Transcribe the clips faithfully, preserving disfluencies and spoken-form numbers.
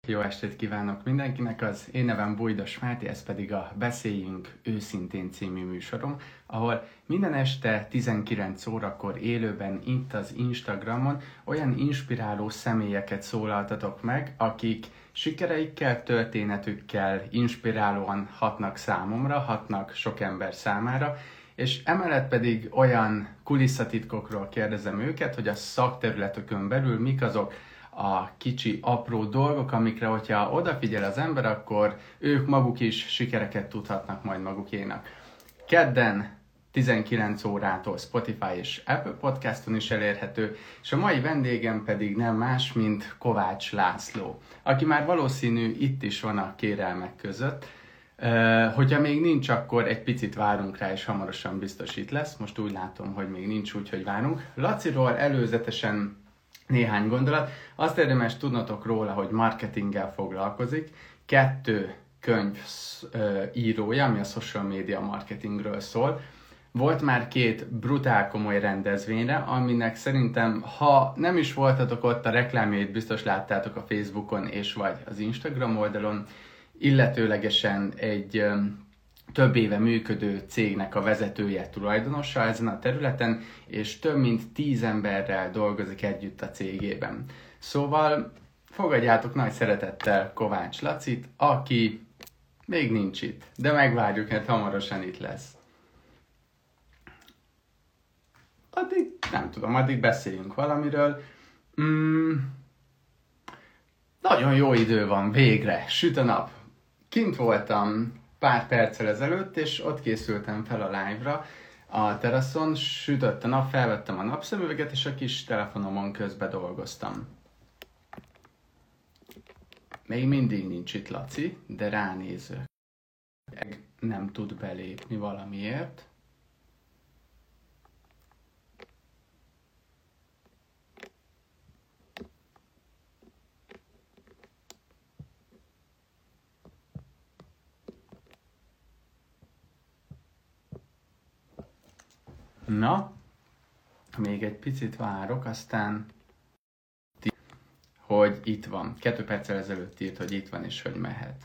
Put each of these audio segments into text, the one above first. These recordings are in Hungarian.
Jó estét kívánok mindenkinek, az én nevem Bújdos Máté, ez pedig a Beszéljünk őszintén című műsorom, ahol minden este tizenkilenc órakor élőben itt az Instagramon olyan inspiráló személyeket szólaltatok meg, akik sikereikkel, történetükkel inspirálóan hatnak számomra, hatnak sok ember számára, és emellett pedig olyan kulisszatitkokról kérdezem őket, hogy a szakterületükön belül mik azok a kicsi, apró dolgok, amikre, hogyha odafigyel az ember, akkor ők maguk is sikereket tudhatnak majd magukénak. Kedden tizenkilenc órától Spotify és Apple Podcaston is elérhető, és a mai vendégem pedig nem más, mint Kovács László, aki már valószínű itt is van a kérelmek között. Uh, hogyha még nincs, akkor egy picit várunk rá, és hamarosan biztos itt lesz. Most úgy látom, hogy még nincs, úgyhogy várunk. Laciról előzetesen néhány gondolat. Azt érdemes tudnotok róla, hogy marketinggel foglalkozik. Kettő könyv uh, írója, ami a social media marketingről szól. Volt már két brutál komoly rendezvényre, aminek szerintem, ha nem is voltatok ott, a reklámjait biztos láttátok a Facebookon és vagy az Instagram oldalon, illetőlegesen egy um, több éve működő cégnek a vezetője, tulajdonosa ezen a területen, és több mint tíz emberrel dolgozik együtt a cégében. Szóval fogadjátok nagy szeretettel Kovács Lacit, aki még nincs itt, de megvárjuk, mert hamarosan itt lesz. Addig, nem tudom, addig beszéljünk valamiről. Mm, nagyon jó idő van, végre, süt a nap. Kint voltam pár perccel ezelőtt, és ott készültem fel a live-ra a teraszon, sütött a nap, felvettem a napszemüveget, és a kis telefonomon közben dolgoztam. Még mindig nincs itt Laci, de ránéző. Nem tud belépni valamiért. Na, még egy picit várok, aztán hogy itt van. Kettő perccel ezelőtt írt, hogy itt van és hogy mehet.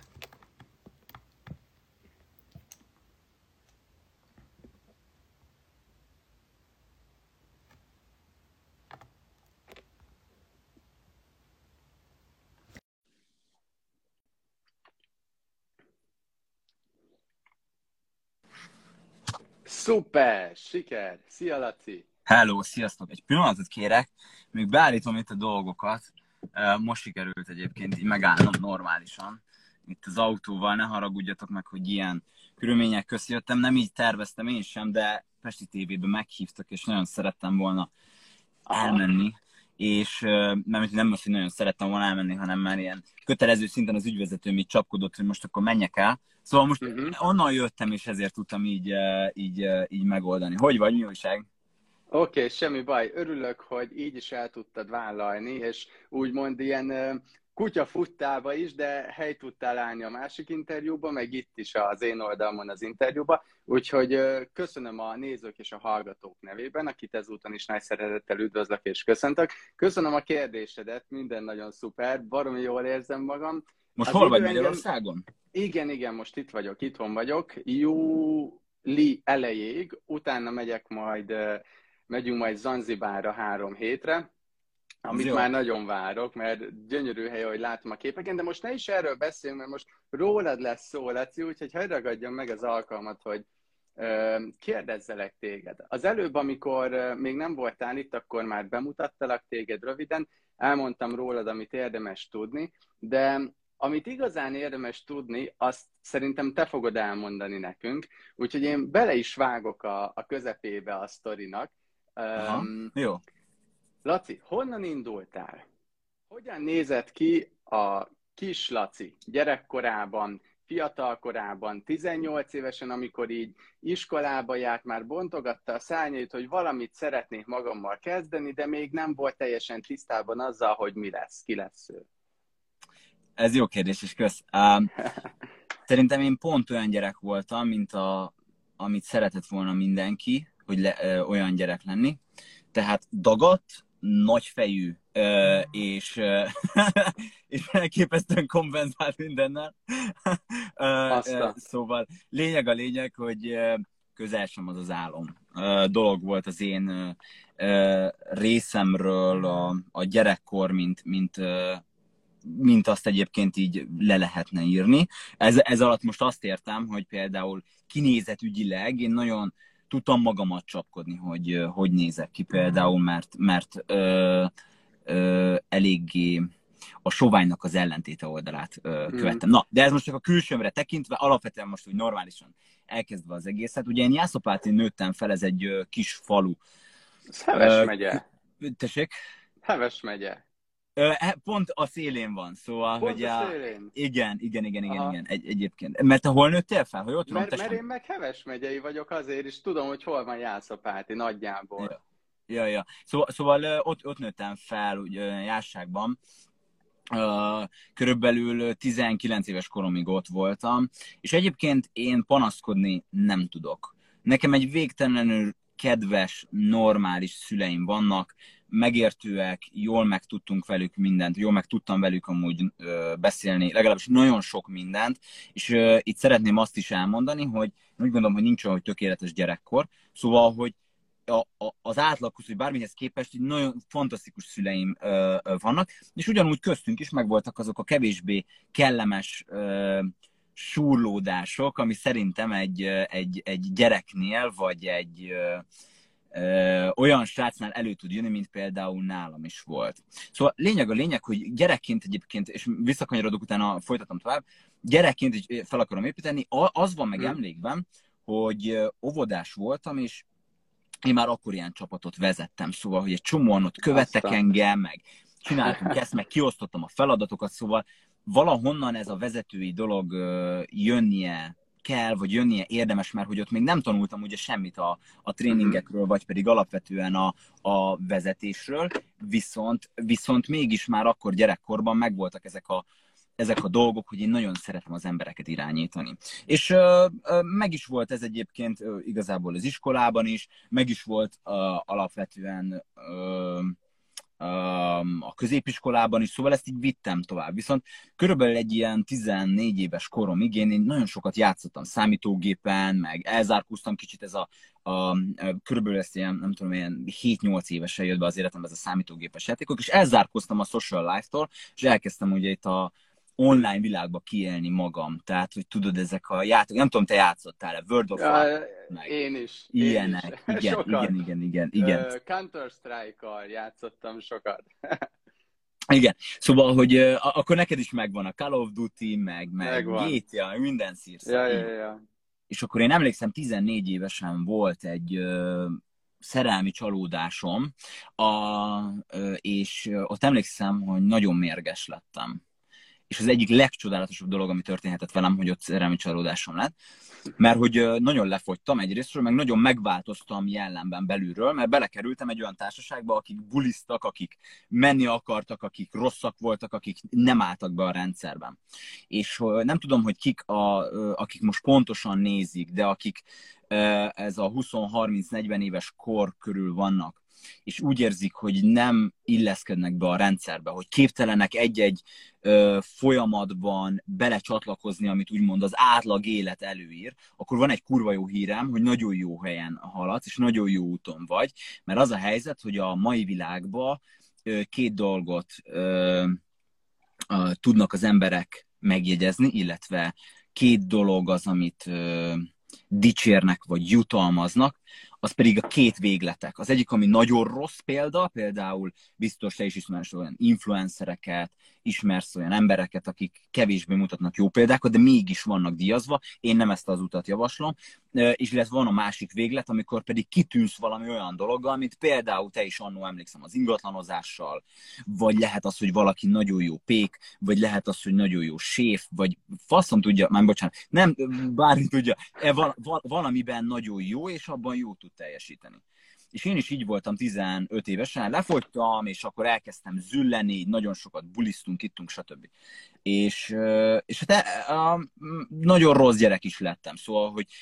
Szuper! Siker! Szia, Laci! Hello, sziasztok! Egy pillanatot kérek, még beállítom itt a dolgokat. Most sikerült egyébként így megállnom normálisan. Itt az autóval, ne haragudjatok meg, hogy ilyen körülmények közt jöttem. Nem így terveztem én sem, de Pesti té vében meghívtak, és nagyon szerettem volna elmenni. És mert nem azt, hogy nagyon szerettem volna elmenni, hanem már ilyen kötelező szinten az ügyvezetőm így csapkodott, hogy most akkor menjek el. Szóval most uh-huh. onnan jöttem, és ezért tudtam így, így, így megoldani. Hogy vagy, mi újság? Oké, okay, semmi baj. Örülök, hogy így is el tudtad vállalni, és úgymond ilyen uh, kutyafuttába is, de hely tudtál állni a másik interjúba, meg itt is az én oldalmon az interjúba. Úgyhogy uh, köszönöm a nézők és a hallgatók nevében, akit ezúton is nagy szeretettel üdvözlök és köszöntök. Köszönöm a kérdésedet, minden nagyon szuper, baromi jól érzem magam. Most az hol vagy, Magyarországon? Engem... Igen, igen, most itt vagyok, itthon vagyok. Júli elejéig, utána megyek majd... Uh, Megyünk majd Zanzibárra három hétre, amit Jó. már nagyon várok, mert gyönyörű hely, ahogy látom a képeken, de most ne is erről beszéljünk, mert most rólad lesz szó, Laci, úgyhogy hadd ragadjam meg az alkalmat, hogy uh, kérdezzelek téged. Az előbb, amikor uh, még nem voltál itt, akkor már bemutattalak téged röviden, elmondtam rólad, amit érdemes tudni, de amit igazán érdemes tudni, azt szerintem te fogod elmondani nekünk, úgyhogy én bele is vágok a, a közepébe a sztorinak. Aha, um, jó. Laci, honnan indultál? Hogyan nézett ki a kis Laci gyerekkorában, fiatalkorában, tizennyolc évesen, amikor így iskolába járt, már bontogatta a szárnyait, hogy valamit szeretnék magammal kezdeni, de még nem volt teljesen tisztában azzal, hogy mi lesz, ki lesz ő? Ez jó kérdés, és kösz. Um, szerintem én pont olyan gyerek voltam, mint a, amit szeretett volna mindenki, hogy le, ö, olyan gyerek lenni. Tehát dagadt, nagyfejű, Ö, és, ö, és elképesztően kompenzált mindennel. Ö, Azt ö, a... szóval lényeg a lényeg, hogy ö, közel sem az az álom ö, dolog volt az én ö, ö, részemről a, a gyerekkor, mint, mint, ö, mint azt egyébként így le lehetne írni. Ez, ez alatt most azt értem, hogy például kinézetügyileg én nagyon tudtam magamat csapkodni, hogy ö, hogy nézek ki például, mert, mert ö, ö, eléggé a soványnak az ellentéte oldalát ö, Mm. követtem. Na, de ez most csak a külsőmre tekintve, alapvetően most úgy normálisan elkezdve az egészet. Ugye én Jászopátén nőttem fel, ez egy ö, kis falu. Ez Heves Ö, megye. tessék? Heves megye. Ö, pont a szélén van, szóval, Pont hogy a a... szélén. Igen, igen, igen, igen, Aha. igen, egy, egyébként. Mert te hol nőttél fel? Ha jól tudom, Mert, te mert sem. én meg Heves megyei vagyok azért, és tudom, hogy hol van Jászapáti nagyjából. Ja, ja, ja. Szóval, szóval ö, ott, ott nőttem fel, úgy ö, Jásságban. Uh, körülbelül tizenkilenc éves koromig ott voltam, és egyébként én panaszkodni nem tudok. Nekem egy végtelenül kedves, normális szüleim vannak, megértőek, jól meg tudtunk velük mindent, jól meg tudtam velük amúgy uh, beszélni, legalábbis nagyon sok mindent, és uh, itt szeretném azt is elmondani, hogy úgy gondolom, hogy nincs olyan, hogy tökéletes gyerekkor, szóval, hogy a, a, az átlaghoz, hogy bármihez képest így nagyon fantasztikus szüleim ö, ö, vannak, és ugyanúgy köztünk is megvoltak azok a kevésbé kellemes ö, súrlódások, ami szerintem egy, egy, egy gyereknél, vagy egy ö, ö, olyan srácnál elő tud jönni, mint például nálam is volt. Szóval lényeg a lényeg, hogy gyerekként egyébként, és visszakanyarodok, utána folytatom tovább, gyerekként így fel akarom építeni, az van meg emlékben, hogy óvodás voltam, és én már akkor ilyen csapatot vezettem, szóval, hogy egy csomóan ott követtek Aztán. engem, meg csináltunk ezt, meg kiosztottam a feladatokat, szóval valahonnan ez a vezetői dolog uh, jönnie kell, vagy jönnie érdemes, mert hogy ott még nem tanultam ugye semmit a, a tréningekről, vagy pedig alapvetően a, a vezetésről, viszont, viszont mégis már akkor gyerekkorban megvoltak ezek a ezek a dolgok, hogy én nagyon szeretem az embereket irányítani. És ö, ö, meg is volt ez egyébként ö, igazából az iskolában is, meg is volt ö, alapvetően ö, ö, a középiskolában is, szóval ezt így vittem tovább. Viszont körülbelül egy ilyen tizennégy éves koromig én, én nagyon sokat játszottam számítógépen, meg elzárkóztam kicsit ez a, a, a körülbelül ezt ilyen, nem tudom, ilyen hét-nyolc évesen jött be az életembe ez a számítógépes játékok, és elzárkóztam a social life-tól, és elkezdtem ugye itt a online világba kiélni magam. Tehát, hogy tudod, ezek a játékok, nem tudom, te játszottál-e, World of Warcraft, ja, én is. ilyenek, Én is. igen, Sokat. igen, igen, igen, igen. Uh, Counter-Strike-kal játszottam sokat. Igen, szóval, hogy uh, akkor neked is megvan a Call of Duty, meg, meg Megvan. gé té á, minden szírsz. Ja, ja, ja. És akkor én emlékszem, tizennégy évesen volt egy uh, szerelmi csalódásom, a, uh, és uh, ott emlékszem, hogy nagyon mérges lettem. És az egyik legcsodálatosabb dolog, ami történhetett velem, hogy ott szerelmi csalódásom lett. Mert hogy nagyon lefogytam egyrésztről, meg nagyon megváltoztam jellemben belülről, mert belekerültem egy olyan társaságba, akik bulisztak, akik menni akartak, akik rosszak voltak, akik nem álltak be a rendszerben. És nem tudom, hogy kik, a, akik most pontosan nézik, de akik ez a húsz-harminc-negyven éves kor körül vannak, és úgy érzik, hogy nem illeszkednek be a rendszerbe, hogy képtelenek egy-egy ö, folyamatban belecsatlakozni, amit úgymond az átlag élet előír, akkor van egy kurva jó hírem, hogy nagyon jó helyen haladsz, és nagyon jó úton vagy, mert az a helyzet, hogy a mai világban ö, két dolgot ö, ö, tudnak az emberek megjegyezni, illetve két dolog az, amit ö, dicsérnek, vagy jutalmaznak, az pedig a két végletek. Az egyik, ami nagyon rossz példa, például biztos te is ismersz olyan influencereket, ismersz olyan embereket, akik kevésbé mutatnak jó példákat, de mégis vannak díjazva. Én nem ezt az utat javaslom. És illetve van a másik véglet, amikor pedig kitűnsz valami olyan dologgal, mint például te is annó emlékszem az ingatlanozással, vagy lehet az, hogy valaki nagyon jó pék, vagy lehet az, hogy nagyon jó séf, vagy faszom tudja, már bocsánat, nem, bármi tudja, val- val- valamiben nagyon jó, és abban jó tud teljesíteni. És én is így voltam tizenöt évesen, lefogytam, és akkor elkezdtem zülleni, nagyon sokat bulisztunk, ittunk, stb. És, és hát nagyon rossz gyerek is lettem, szóval, hogy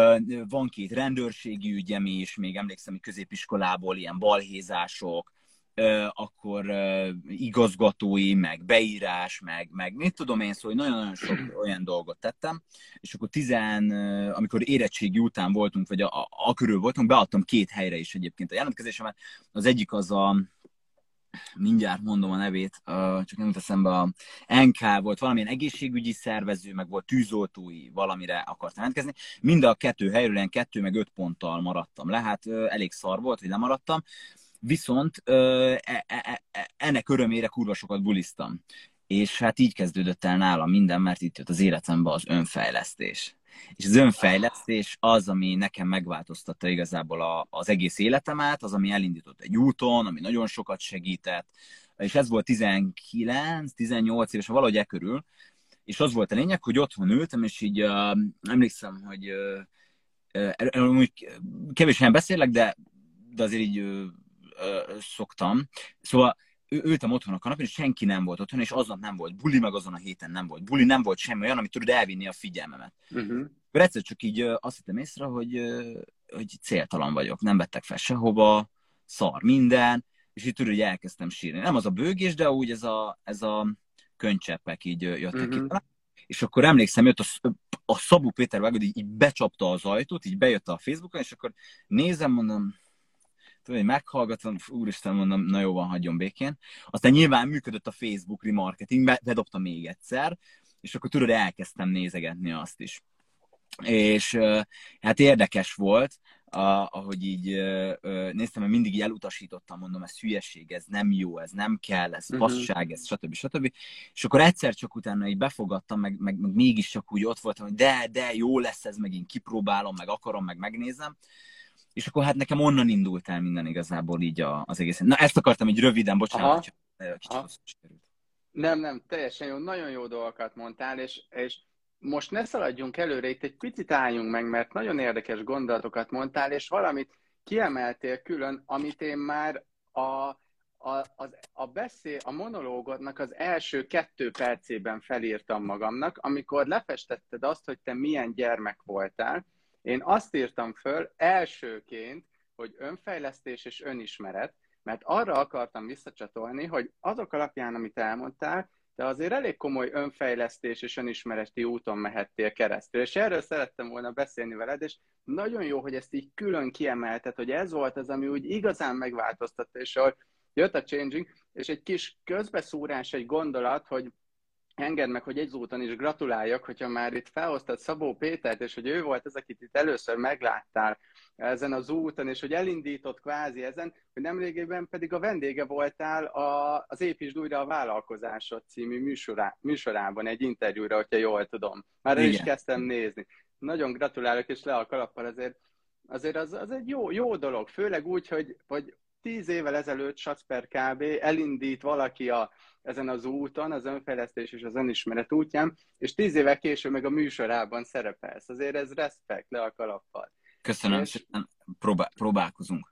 van két rendőrségi ügyem is, még emlékszem, hogy középiskolából ilyen balhézások, akkor igazgatói, meg beírás, meg, meg mit tudom én, szóval nagyon-nagyon sok olyan dolgot tettem, és akkor tizen, amikor érettségi után voltunk, vagy a, a, a körül voltunk, beadtam két helyre is egyébként a jelentkezésemet. Az egyik az a, mindjárt mondom a nevét, csak nem jut eszembe, a en ká volt valamilyen egészségügyi szervező, meg volt tűzoltói, valamire akartam jelentkezni. Mind a kettő helyről ilyen kettő, meg öt ponttal maradtam le, hát elég szar volt, hogy lemaradtam. Viszont e, e, e, ennek örömére kurva sokat buliztam. És hát így kezdődött el nálam minden, mert itt jött az életembe az önfejlesztés. És az önfejlesztés az, ami nekem megváltoztatta igazából a, az egész életemet, az, ami elindított egy úton, ami nagyon sokat segített. És ez volt tizenkilenc tizennyolc éves, valahogy e körül. És az volt a lényeg, hogy otthon ültem, és így uh, emlékszem, hogy uh, uh, kevés helyen beszélek, de, de azért így uh, uh, szoktam. Szóval ültem otthon a kanapén, és senki nem volt otthon, és aznap nem volt buli, meg azon a héten nem volt buli, nem volt semmi olyan, amit tudod elvinni a figyelmemet. Uh-huh. Akkor egyszer csak így azt hittem észre, hogy, hogy céltalan vagyok, nem vettek fel sehova, szar minden, és így tudod, hogy elkezdtem sírni. Nem az a bőgés, de úgy ez a, ez a könycseppek így jöttek uh-huh. ki. És akkor emlékszem, jött a, a Szabó Péter vágod, így, így becsapta az ajtót, így bejött a Facebookon, és akkor nézem, mondom, tudod, hogy meghallgatom, úristen, mondom, na jó van, hagyjon békén. Aztán nyilván működött a Facebook remarketing, bedobta még egyszer, és akkor tudod, elkezdtem nézegetni azt is. És hát érdekes volt, ahogy így néztem, mert mindig így elutasítottam, mondom, ez hülyeség, ez nem jó, ez nem kell, ez fasság, ez stb. stb. És akkor egyszer csak utána így befogadtam, meg, meg, meg mégis csak úgy ott voltam, hogy de, de, jó lesz ez, meg én kipróbálom, meg akarom, meg megnézem. És akkor hát nekem onnan indult el minden igazából így a, az egész. Na ezt akartam így röviden, bocsánat, hogy kicsit hosszú sikerült. Nem, nem, teljesen jó, nagyon jó dolgokat mondtál, és, és most ne szaladjunk előre, itt egy picit álljunk meg, mert nagyon érdekes gondolatokat mondtál, és valamit kiemeltél külön, amit én már a, a, a, a beszél, a monológodnak az első kettő percében felírtam magamnak, amikor lefestetted azt, hogy te milyen gyermek voltál. Én azt írtam föl elsőként, hogy önfejlesztés és önismeret, mert arra akartam visszacsatolni, hogy azok alapján, amit elmondtál, de azért elég komoly önfejlesztés és önismereti úton mehettél keresztül. És erről szerettem volna beszélni veled, és nagyon jó, hogy ezt így külön kiemelted, hogy ez volt az, ami úgy igazán megváltoztatta, és ahogy jött a changing, és egy kis közbeszúrás, egy gondolat, hogy engedd meg, hogy egyúton is gratuláljak, hogyha már itt felhoztad Szabó Pétert, és hogy ő volt az, akit itt először megláttál ezen az úton, és hogy elindított kvázi ezen, hogy nemrégében pedig a vendége voltál a, az Építsd újra a vállalkozásod című műsorá, műsorában egy interjúra, hogyha jól tudom. Már el is kezdtem nézni. Nagyon gratulálok, és le a kalappal, azért, azért az, az egy jó, jó dolog, főleg úgy, hogy, hogy tíz évvel ezelőtt Sacper kb. Elindít valaki a, ezen az úton, az önfejlesztés és az önismeret útján, és tíz évvel később meg a műsorában szerepelsz. Azért ez respekt, le a kalappal. Köszönöm, és, szépen próbál, próbálkozunk.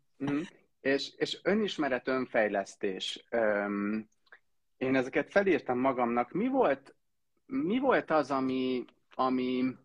és, és önismeret, önfejlesztés. Öm, én ezeket felírtam magamnak. Mi volt, mi volt az, ami, ami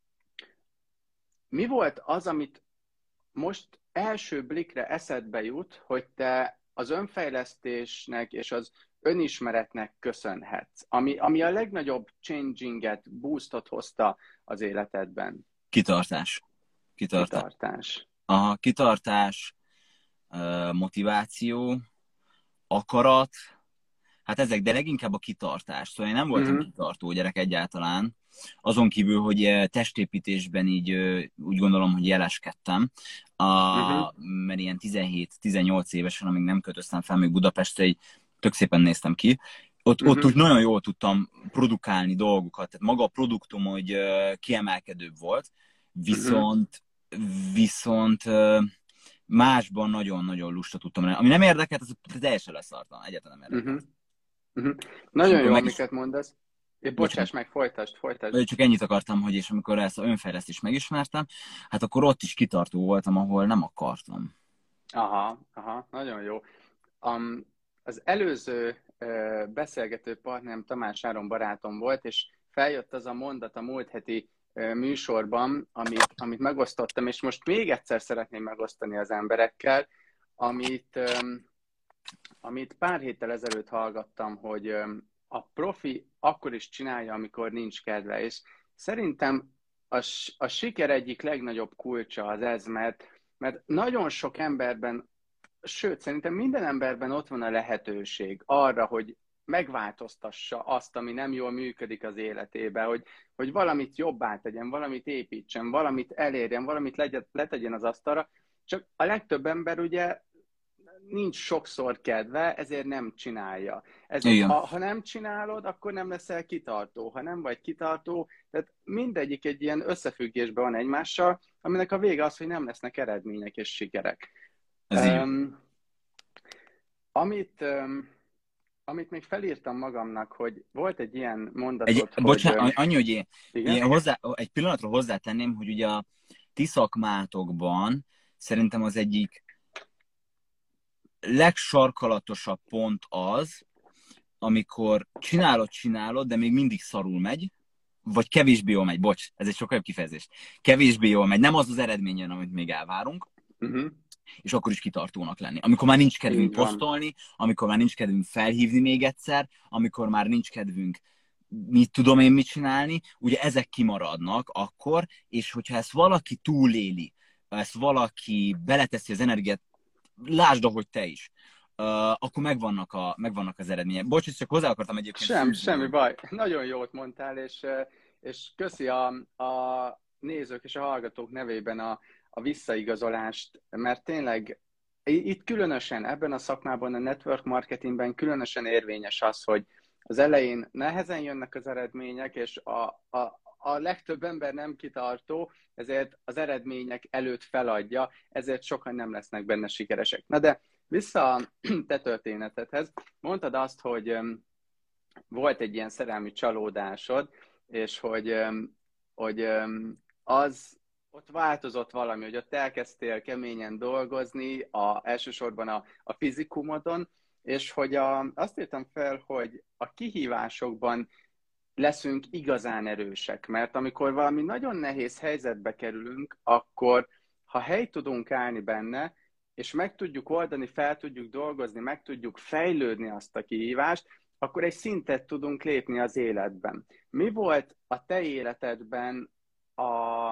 mi volt az, amit most első blikre eszedbe jut, hogy te az önfejlesztésnek és az önismeretnek köszönhetsz, ami, ami a legnagyobb changinget, boostot hozta az életedben? Kitartás. Kitartás. Kitartás. Aha, kitartás, motiváció, akarat, hát ezek, de leginkább a kitartás. Szóval én nem voltam mm-hmm. kitartó gyerek egyáltalán, azon kívül, hogy testépítésben így úgy gondolom, hogy jeleskedtem, a, mm-hmm. mert ilyen tizenhét-tizennyolc évesen, amíg nem költöztem fel még Budapestre, így tök szépen néztem ki. Ott, mm-hmm. ott úgy nagyon jól tudtam produkálni dolgokat, tehát maga a produktum, hogy kiemelkedőbb volt, viszont, mm-hmm. viszont másban nagyon-nagyon lusta tudtam lenni. Ami nem érdekelt, az teljesen leszartam, egyáltalán nem érdekelt. Mm-hmm. Uh-huh. Nagyon jó, amiket is... mondasz. Én bocsáss meg, folytasd, folytasd. Csak ennyit akartam, hogy és amikor ezt az önfejlesztést megismertem, hát akkor ott is kitartó voltam, ahol nem akartam. Aha, aha, nagyon jó. Um, az előző uh, beszélgető partnerem Tamás Áron barátom volt, és feljött az a mondat a múlt heti uh, műsorban, amit, amit megosztottam, és most még egyszer szeretném megosztani az emberekkel, amit... Um, amit pár héttel ezelőtt hallgattam, hogy a profi akkor is csinálja, amikor nincs kedve, és szerintem a, a siker egyik legnagyobb kulcsa az ez, mert, mert nagyon sok emberben, sőt, szerintem minden emberben ott van a lehetőség arra, hogy megváltoztassa azt, ami nem jól működik az életébe, hogy, hogy valamit jobbá tegyen, valamit építsen, valamit elérjen, valamit legyen, letegyen az asztalra, csak a legtöbb ember ugye nincs sokszor kedve, ezért nem csinálja. Ezért, ha, ha nem csinálod, akkor nem leszel kitartó. Ha nem vagy kitartó, tehát mindegyik egy ilyen összefüggésben van egymással, aminek a vége az, hogy nem lesznek eredmények és sikerek. Um, amit, um, amit még felírtam magamnak, hogy volt egy ilyen mondatot, egy, hogy... Bocsánat, annyi, hogy én, én hozzá, egy pillanatra hozzátenném, hogy ugye a ti szakmátokban szerintem az egyik legsarkalatosabb pont az, amikor csinálod, csinálod, de még mindig szarul megy, vagy kevésbé jól megy, bocs, ez egy sokkal jobb kifejezés. Kevésbé jól megy, nem az az eredményen, amit még elvárunk, uh-huh. és akkor is kitartónak lenni. Amikor már nincs kedvünk posztolni, amikor már nincs kedvünk felhívni még egyszer, amikor már nincs kedvünk mit tudom én mit csinálni, ugye ezek kimaradnak akkor, és hogyha ezt valaki túléli, ezt valaki beleteszi az energiát, lásd, ahogy te is, uh, akkor megvannak, a, megvannak az eredmények. Bocs, csak hozzá akartam egyébként. Sem, semmi baj. Nagyon jót mondtál, és, és köszi a, a nézők és a hallgatók nevében a, a visszaigazolást, mert tényleg itt különösen, ebben a szakmában, a network marketingben különösen érvényes az, hogy az elején nehezen jönnek az eredmények, és a, a, a legtöbb ember nem kitartó, ezért az eredmények előtt feladja, ezért sokan nem lesznek benne sikeresek. Na de vissza a te történetedhez. Mondtad azt, hogy um, volt egy ilyen szerelmi csalódásod, és hogy, um, hogy um, az ott változott valami, hogy ott elkezdtél keményen dolgozni, a, elsősorban a, a fizikumodon, és hogy a, azt írtam fel, hogy a kihívásokban leszünk igazán erősek, mert amikor valami nagyon nehéz helyzetbe kerülünk, akkor ha helyt tudunk állni benne, és meg tudjuk oldani, fel tudjuk dolgozni, meg tudjuk fejlődni azt a kihívást, akkor egy szintet tudunk lépni az életben. Mi volt a te életedben a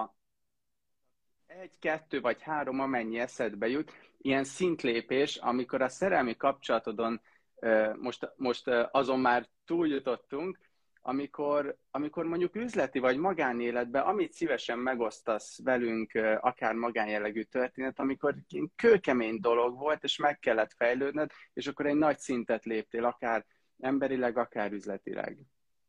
egy, kettő vagy három, amennyi eszedbe jut, ilyen szintlépés, amikor a szerelmi kapcsolatodon most, most azon már túljutottunk, amikor, amikor mondjuk üzleti vagy magánéletben, amit szívesen megosztasz velünk, akár magánjellegű történet, amikor kőkemény dolog volt, és meg kellett fejlődned, és akkor egy nagy szintet léptél, akár emberileg, akár üzletileg.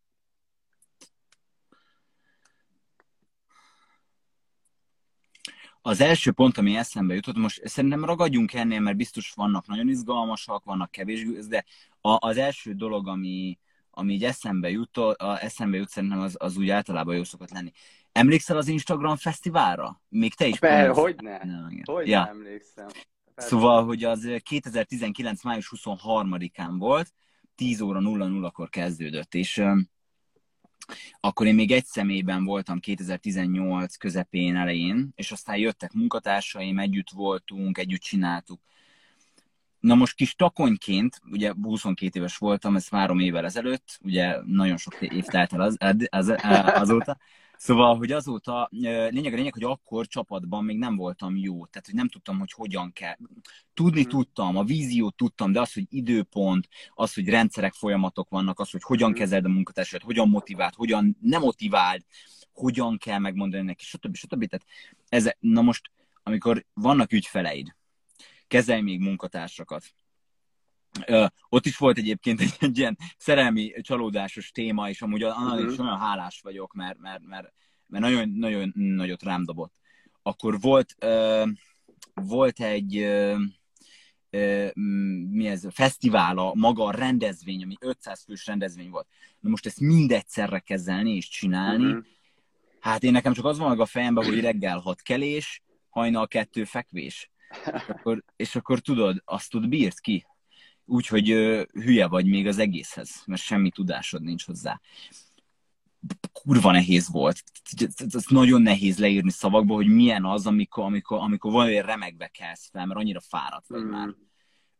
Az első pont, ami eszembe jutott, most szerintem ragadjunk ennél, mert biztos vannak nagyon izgalmasak, vannak kevésbé, de az első dolog, ami, ami így eszembe jut, a, eszembe jut szerintem az, az úgy általában jó szokott lenni. Emlékszel az Instagram fesztiválra? Még te is. Per, hogyne? Hogyne ja. emlékszem. Persze. Szóval, hogy az kétezer-tizenkilenc. május huszonharmadikán volt, tíz óra nulla nullakor kezdődött, és akkor én még egy személyben voltam kétezer-tizennyolc közepén, elején, és aztán jöttek munkatársaim, együtt voltunk, együtt csináltuk. Na most kis takonyként, ugye huszonkét éves voltam, ez három évvel ezelőtt, ugye nagyon sok év telt el az, az, az, azóta. Szóval, hogy azóta, lényeg a lényeg, hogy akkor csapatban még nem voltam jó, tehát hogy nem tudtam, hogy hogyan kell. Tudni hmm. tudtam, a víziót tudtam, de az, hogy időpont, az, hogy rendszerek, folyamatok vannak, az, hogy hogyan kezeld a munkatársadat, hogyan motiváld, hogyan nem motiváld, hogyan kell megmondani neki, stb. stb. Tehát ez, na most, amikor vannak ügyfeleid, kezelj még munkatársakat. Ö, ott is volt egyébként egy, egy ilyen szerelmi csalódásos téma, és amúgy annak is olyan hálás vagyok, mert, mert, mert, mert nagyon, nagyon nagyot rám dobott. Akkor volt, ö, volt egy ö, ö, mi ez, fesztivál, a maga a rendezvény, ami ötszáz fős rendezvény volt. Na most ezt mindegyszerre kezelni és csinálni, uh-huh. hát én nekem csak az van meg a fejemben, hogy reggel hat kelés, hajnal kettő fekvés. És akkor, és akkor tudod, azt tud bírt ki. Úgyhogy hülye vagy még az egészhez, mert semmi tudásod nincs hozzá. Kurva nehéz volt. Ez nagyon nehéz leírni szavakba, hogy milyen az, amikor, amikor, amikor valami remegbe kelsz fel, mert annyira fáradt vagy mm. már.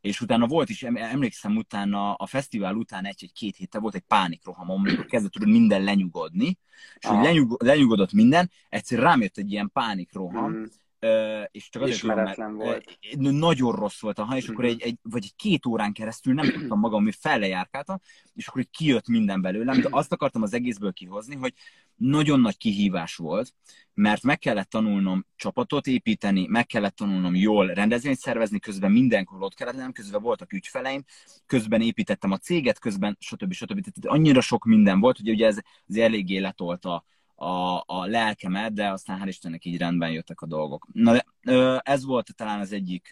és utána volt is, emlékszem, utána a fesztivál után egy-két héttel volt egy pánikrohamom, amikor kezdett tudod minden lenyugodni, és hogy lenyug, lenyugodott minden, egyszer rám jött egy ilyen pánikroham, mm. Uh, és csak azért tudom, mert volt. Uh, nagyon rossz volt a haj, és mm-hmm. akkor egy, egy, vagy egy két órán keresztül nem tudtam magam, hogy fellejárkáltam, és akkor kijött minden belőlem, de azt akartam az egészből kihozni, hogy nagyon nagy kihívás volt, mert meg kellett tanulnom csapatot építeni, meg kellett tanulnom jól rendezvényt szervezni, közben mindenhol ott kellett lennem, közben voltak ügyfeleim, közben építettem a céget, közben stb. stb. Tehát annyira sok minden volt, hogy ugye ez, ez eléggé letolta A, a lelkemet, de aztán hál' Istennek így rendben jöttek a dolgok. Na de ez volt talán az egyik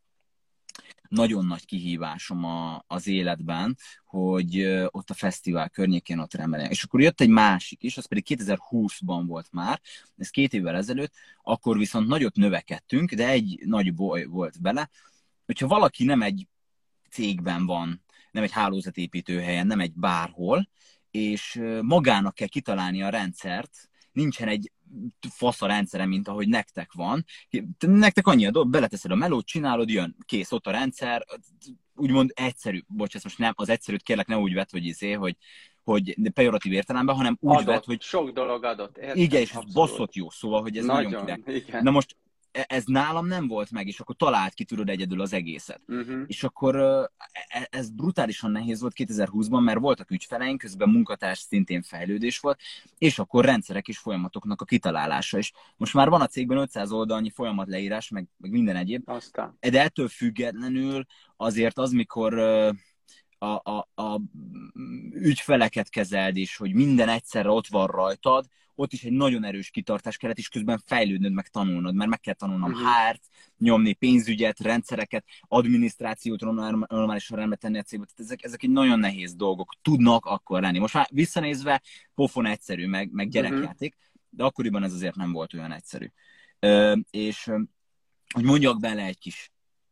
nagyon nagy kihívásom a, az életben, hogy ott a fesztivál környékén ott remeljen. És akkor jött egy másik is, az pedig kétezer-húszban volt már, ez két évvel ezelőtt, akkor viszont nagyot növekedtünk, de egy nagy baj volt vele, hogyha valaki nem egy cégben van, nem egy hálózatépítő helyen, nem egy bárhol, és magának kell kitalálni a rendszert, nincsen egy fasz a rendszere, mint ahogy nektek van. Nektek annyi a dolog, beleteszed a melót, csinálod, jön, kész, ott a rendszer, úgymond egyszerű, bocs, ezt most nem, az egyszerűt kérlek ne úgy vett, hogy izé, hogy, hogy pejoratív értelemben, hanem úgy adott, vett, hogy... sok dolog adott, értem, igen, és abszolút. ez baszott jó, szóval, hogy ez nagyon, nagyon kirek. Na most ez nálam nem volt meg, és akkor talált ki, tudod, egyedül az egészet. Uh-huh. És akkor ez brutálisan nehéz volt kétezer-húszban, mert voltak ügyfeleink, közben munkatárs szintén fejlődés volt, és akkor rendszerek és folyamatoknak a kitalálása is. Most már van a cégben ötszáz oldalnyi folyamatleírás, meg, meg minden egyéb. Aztán. De ettől függetlenül azért az, mikor a, a, a ügyfeleket kezeld, és hogy minden egyszerre ott van rajtad, ott is egy nagyon erős kitartás kellett, és közben fejlődnöd, meg tanulnod, mert meg kell tanulnom uh-huh. há er-t, nyomni pénzügyet, rendszereket, adminisztrációt normálisan rendbe tenni a cégbe. Tehát ezek, ezek egy nagyon nehéz dolgok tudnak akkor lenni. Most már visszanézve pofon egyszerű, meg, meg gyerekjáték, uh-huh. de akkoriban ez azért nem volt olyan egyszerű. Ö, és hogy mondjak bele egy kis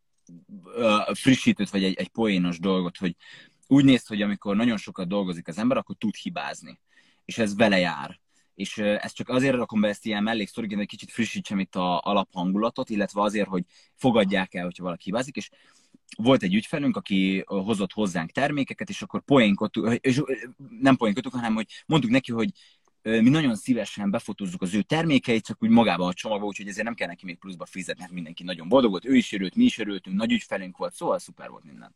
ö, frissítőt, vagy egy, egy poénos dolgot, hogy úgy néz, hogy amikor nagyon sokat dolgozik az ember, akkor tud hibázni. És ez vele jár. És ezt csak azért rakom be ezt ilyen melléksztoriként, hogy kicsit frissítsem itt a alaphangulatot, illetve azért, hogy fogadják el, hogyha valaki hibázik, és volt egy ügyfelünk, aki hozott hozzánk termékeket, és akkor poénkodtuk, és nem poénkodtuk, hanem hogy mondtuk neki, hogy mi nagyon szívesen befotózzuk az ő termékeit, csak úgy magában a csomagba, úgyhogy ezért nem kell neki még pluszba fizetni, mert mindenki nagyon boldog volt, ő is örült, mi is örültünk, nagy ügyfelünk volt, szóval szuper volt minden.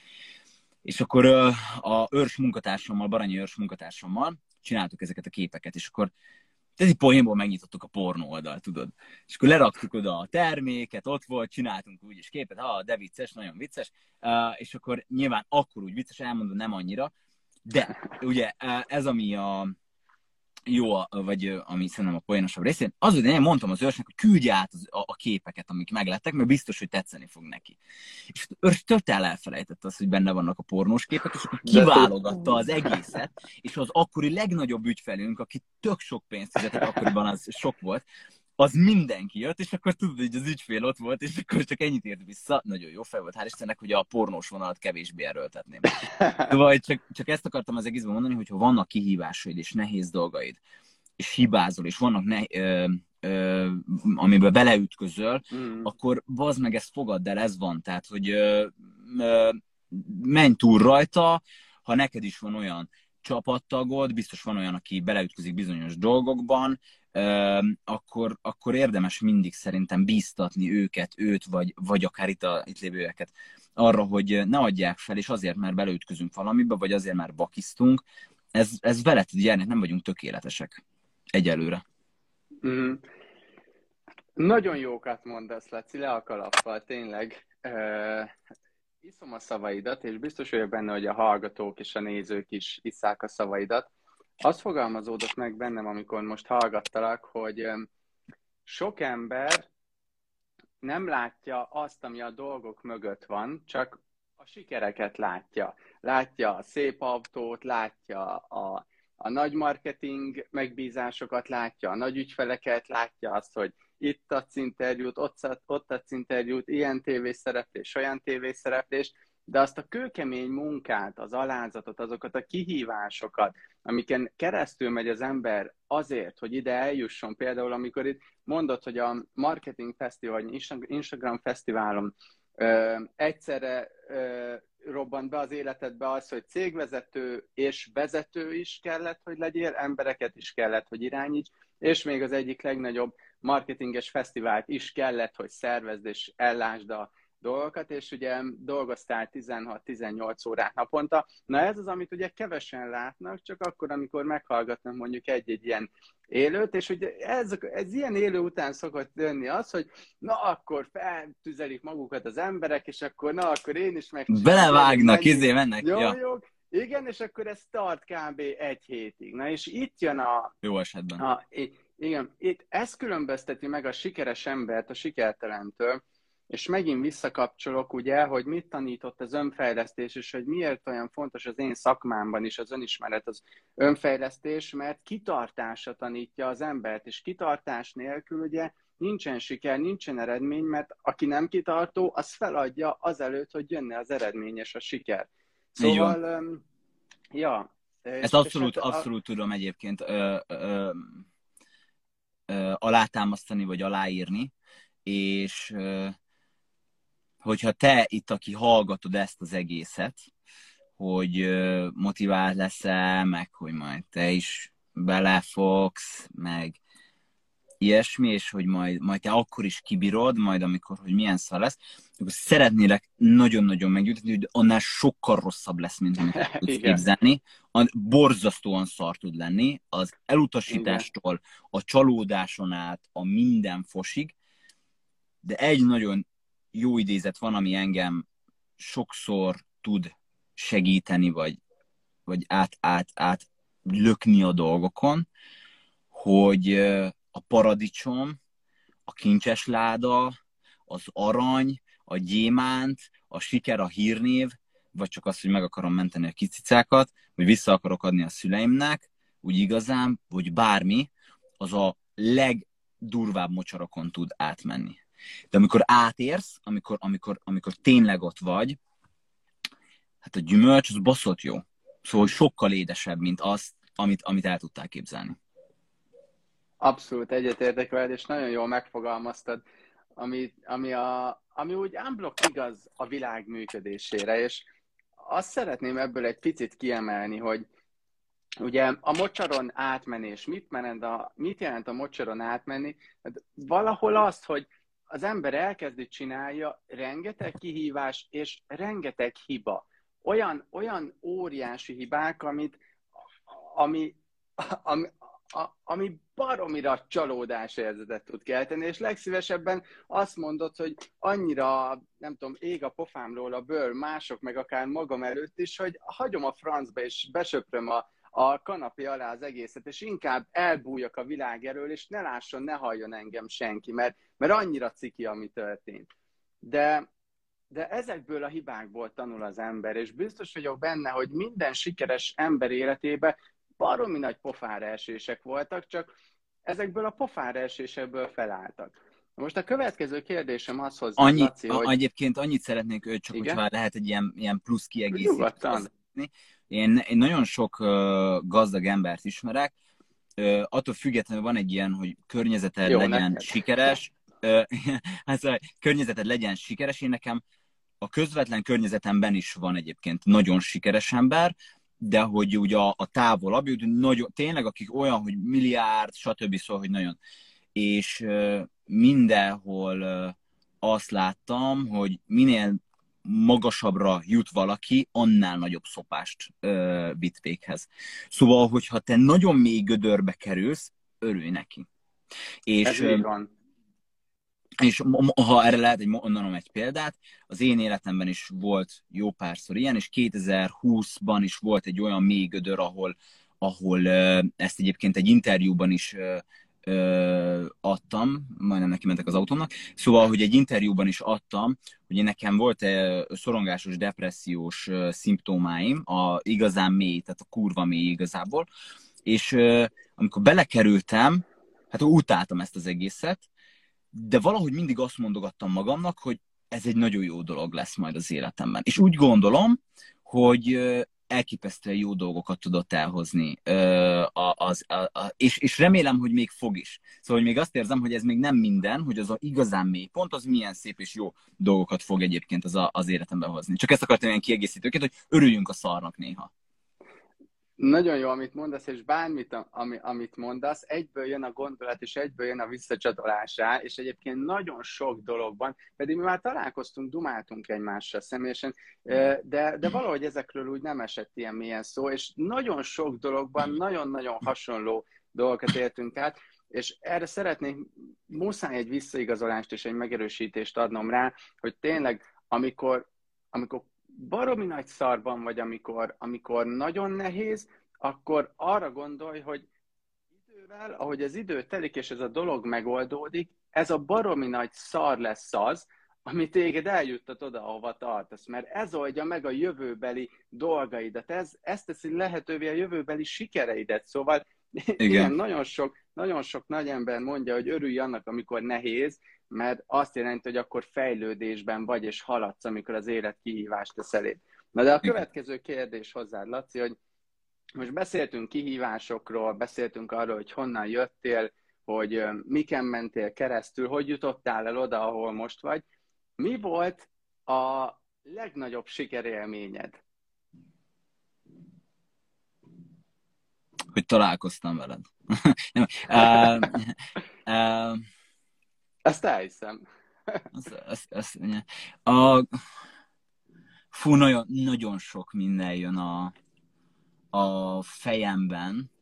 És akkor a őrs munkatársammal, Baranyi őrs munkatársammal csináltuk ezeket a képeket, és akkor ez így poénból megnyitottuk a pornó oldalt, tudod. És akkor leraktuk oda a terméket, ott volt, csináltunk úgy is képet, ha, de vicces, nagyon vicces, uh, és akkor nyilván akkor úgy vicces, elmondom, nem annyira, de ugye ez, ami a jó, vagy ami szerintem a poénosabb részén, az, hogy én mondtam az őrsnek, hogy küldje át az, a, a képeket, amik meglettek, mert biztos, hogy tetszeni fog neki. És az őrs totál elfelejtett az, hogy benne vannak a pornós képek, és akkor kiválogatta az egészet, és az akkori legnagyobb ügyfelünk, aki tök sok pénzt fizetett, akkoriban az sok volt, az mindenki jött, és akkor tudod, hogy az ügyfél ott volt, és akkor csak ennyit ért vissza. Nagyon jó fej volt, hál' Istennek, hogy a pornós vonalat kevésbé erőltetném. Vagy csak, csak ezt akartam az egészben mondani, hogy ha vannak kihívásaid és nehéz dolgaid, és hibázol, és vannak ne, ö, ö, amiből beleütközöl, mm. akkor bazd meg, ezt fogadd el, ez van. Tehát, hogy ö, ö, menj túl rajta, ha neked is van olyan csapattagod, biztos van olyan, aki beleütközik bizonyos dolgokban, Uh, akkor, akkor érdemes mindig szerintem bíztatni őket, őt, vagy, vagy akár itt, a, itt lévőeket arra, hogy ne adják fel, és azért, mert beleütközünk valamibe, vagy azért, mert bakisztunk. Ez, ez vele tud járni, nem vagyunk tökéletesek egyelőre. Mm. Nagyon jókat mondasz, Laci, le a kalappal, tényleg. Uh, iszom a szavaidat, és biztos vagyok benne, hogy a hallgatók és a nézők is isszák a szavaidat. Az fogalmazódott meg bennem, amikor most hallgattalak, hogy sok ember nem látja azt, ami a dolgok mögött van, csak a sikereket látja. Látja a szép autót, látja a, a nagy marketing megbízásokat, látja a nagy ügyfeleket, látja azt, hogy itt adsz interjút, ott, ott adsz interjút, ilyen tévészereplés, olyan tévészereplés, de azt a kőkemény munkát, az alázatot, azokat a kihívásokat, amiken keresztül megy az ember azért, hogy ide eljusson, például amikor itt mondod, hogy a marketing fesztivál, vagy Instagram fesztiválon Ö, egyszerre ö, robbant be az életedbe az, hogy cégvezető és vezető is kellett, hogy legyél, embereket is kellett, hogy irányíts, és még az egyik legnagyobb marketinges fesztivált is kellett, hogy szervezd és ellásd a dolgokat, és ugye dolgoztál tizenhat-tizennyolc órát naponta. Na ez az, amit ugye kevesen látnak, csak akkor, amikor meghallgatnak mondjuk egy-egy ilyen élőt, és ugye ez, ez ilyen élő után szokott jönni az, hogy na akkor feltüzelik magukat az emberek, és akkor na akkor én is megcsinálom. Belevágnak, izé mennek. Jó, ja. jó. Igen, és akkor ez tart kb. Egy hétig. Na és itt jön a... Jó esetben. A, igen, itt ez különbözteti meg a sikeres embert a sikertelentől, és megint visszakapcsolok, ugye, hogy mit tanított az önfejlesztés, és hogy miért olyan fontos az én szakmámban is az önismeret, az önfejlesztés, mert kitartása tanítja az embert, és kitartás nélkül ugye nincsen siker, nincsen eredmény, mert aki nem kitartó, az feladja azelőtt, hogy jönne az eredményes a siker. Szóval, um, ja. Ezt abszolút, hát abszolút a... tudom egyébként ö, ö, ö, alátámasztani, vagy aláírni, és ö, hogyha te itt, aki hallgatod ezt az egészet, hogy ö, motivált leszel, meg hogy majd te is belefogsz, meg ilyesmi, és hogy majd, majd te akkor is kibírod, majd amikor, hogy milyen szar lesz, akkor szeretnélek nagyon-nagyon meggyőzni, hogy annál sokkal rosszabb lesz, mint amit el tudsz képzelni. Borzasztóan szar tud lenni, az elutasítástól, a csalódáson át, a minden fosig, de egy nagyon jó idézet van, ami engem sokszor tud segíteni, vagy, vagy át, át, át lökni a dolgokon, hogy a paradicsom, a kincses láda, az arany, a gyémánt, a siker, a hírnév, vagy csak az, hogy meg akarom menteni a kicicákat, vagy vissza akarok adni a szüleimnek, úgy igazán, vagy bármi, az a legdurvább mocsarokon tud átmenni. De amikor átérsz, amikor, amikor, amikor tényleg ott vagy, hát a gyümölcs az baszott jó. Szóval sokkal édesebb, mint azt, amit, amit el tudtál képzelni. Abszolút egyetértek veled, és nagyon jól megfogalmaztad, ami, ami, a, ami úgy unblock igaz a világ működésére, és azt szeretném ebből egy picit kiemelni, hogy ugye a mocsaron átmenés, mit, mened a, mit jelent a mocsaron átmenni? Hát valahol azt, hogy az ember elkezdi csinálja, rengeteg kihívás és rengeteg hiba. Olyan, olyan óriási hibák, amit, ami, ami, ami baromira csalódás érzetet tud kelteni, és legszívesebben azt mondod, hogy annyira, nem tudom, ég a pofámról a bőr, mások meg akár magam előtt is, hogy hagyom a francba, és besöpröm a, a kanapé alá az egészet, és inkább elbújjak a világ elől, és ne lásson, ne halljon engem senki, mert, mert annyira ciki, ami történt. De, de ezekből a hibákból tanul az ember, és biztos vagyok benne, hogy minden sikeres ember életében baromi nagy pofára esések voltak, csak ezekből a pofára esésekből felálltak. Most a következő kérdésem az hozzá, Annyi, Laci, hogy... Egyébként annyit szeretnék, csak igen? hogyha lehet egy ilyen, ilyen plusz kiegészítést. Én, én nagyon sok uh, gazdag embert ismerek, uh, attól függetlenül van egy ilyen, hogy környezeted Jó, legyen neked. sikeres, uh, hát szóval, környezeted legyen sikeres, én nekem a közvetlen környezetemben is van egyébként nagyon sikeres ember, de hogy ugye a, a távolabb, nagyon, tényleg akik olyan, hogy milliárd, stb. Szóval, hogy nagyon. És uh, mindenhol uh, azt láttam, hogy minél magasabbra jut valaki, annál nagyobb szopást uh, vitt véghez. Szóval, hogyha te nagyon mély gödörbe kerülsz, örülj neki. És, Ez így van. És ha erre lehet egy, mondanom egy példát, az én életemben is volt jó párszor ilyen, és kétezer-húszban is volt egy olyan mély gödör, ahol, ahol ezt egyébként egy interjúban is ö, adtam, majdnem neki mentek az autómnak, szóval, hogy egy interjúban is adtam, hogy nekem volt szorongásos, depressziós szimptomáim, a igazán mély, tehát a kurva mély igazából, és ö, amikor belekerültem, hát utáltam ezt az egészet, de valahogy mindig azt mondogattam magamnak, hogy ez egy nagyon jó dolog lesz majd az életemben. És úgy gondolom, hogy elképesztően jó dolgokat tudott elhozni az, a, a, és, és remélem, hogy még fog is. Szóval, hogy még azt érzem, hogy ez még nem minden, hogy az a igazán mély pont, az milyen szép és jó dolgokat fog egyébként az, a, az életembe hozni. Csak ezt akartam ilyen kiegészítőként, hogy örüljünk a szarnak néha. Nagyon jó, amit mondasz, és bármit, ami, amit mondasz, egyből jön a gondolat, és egyből jön a visszacsatolás rá, és egyébként nagyon sok dologban, pedig mi már találkoztunk, dumáltunk egymással személyesen, de, de valahogy ezekről úgy nem esett ilyen mélyen szó, és nagyon sok dologban nagyon-nagyon hasonló dolgokat éltünk át, és erre szeretnék muszáj egy visszaigazolást és egy megerősítést adnom rá, hogy tényleg, amikor, amikor baromi nagy szarban vagy, amikor, amikor nagyon nehéz, akkor arra gondolj, hogy idővel, ahogy az idő telik, és ez a dolog megoldódik, ez a baromi nagy szar lesz az, ami téged eljuttat oda, ahova tartasz, mert ez oldja meg a jövőbeli dolgaidat, ez, ez teszi lehetővé a jövőbeli sikereidet, szóval igen, igen nagyon, sok, nagyon sok nagy ember mondja, hogy örülj annak, amikor nehéz, mert azt jelenti, hogy akkor fejlődésben vagy, és haladsz, amikor az élet kihívást tesz eléd. Na de a következő kérdés hozzád, Laci, hogy most beszéltünk kihívásokról, beszéltünk arról, hogy honnan jöttél, hogy miken mentél keresztül, hogy jutottál el oda, ahol most vagy. Mi volt a legnagyobb sikerélményed? Hogy találkoztam veled. Nem, uh, uh, Ezt elhiszem. az, az, az, a, fú, nagyon, nagyon sok minden jön a, a fejemben,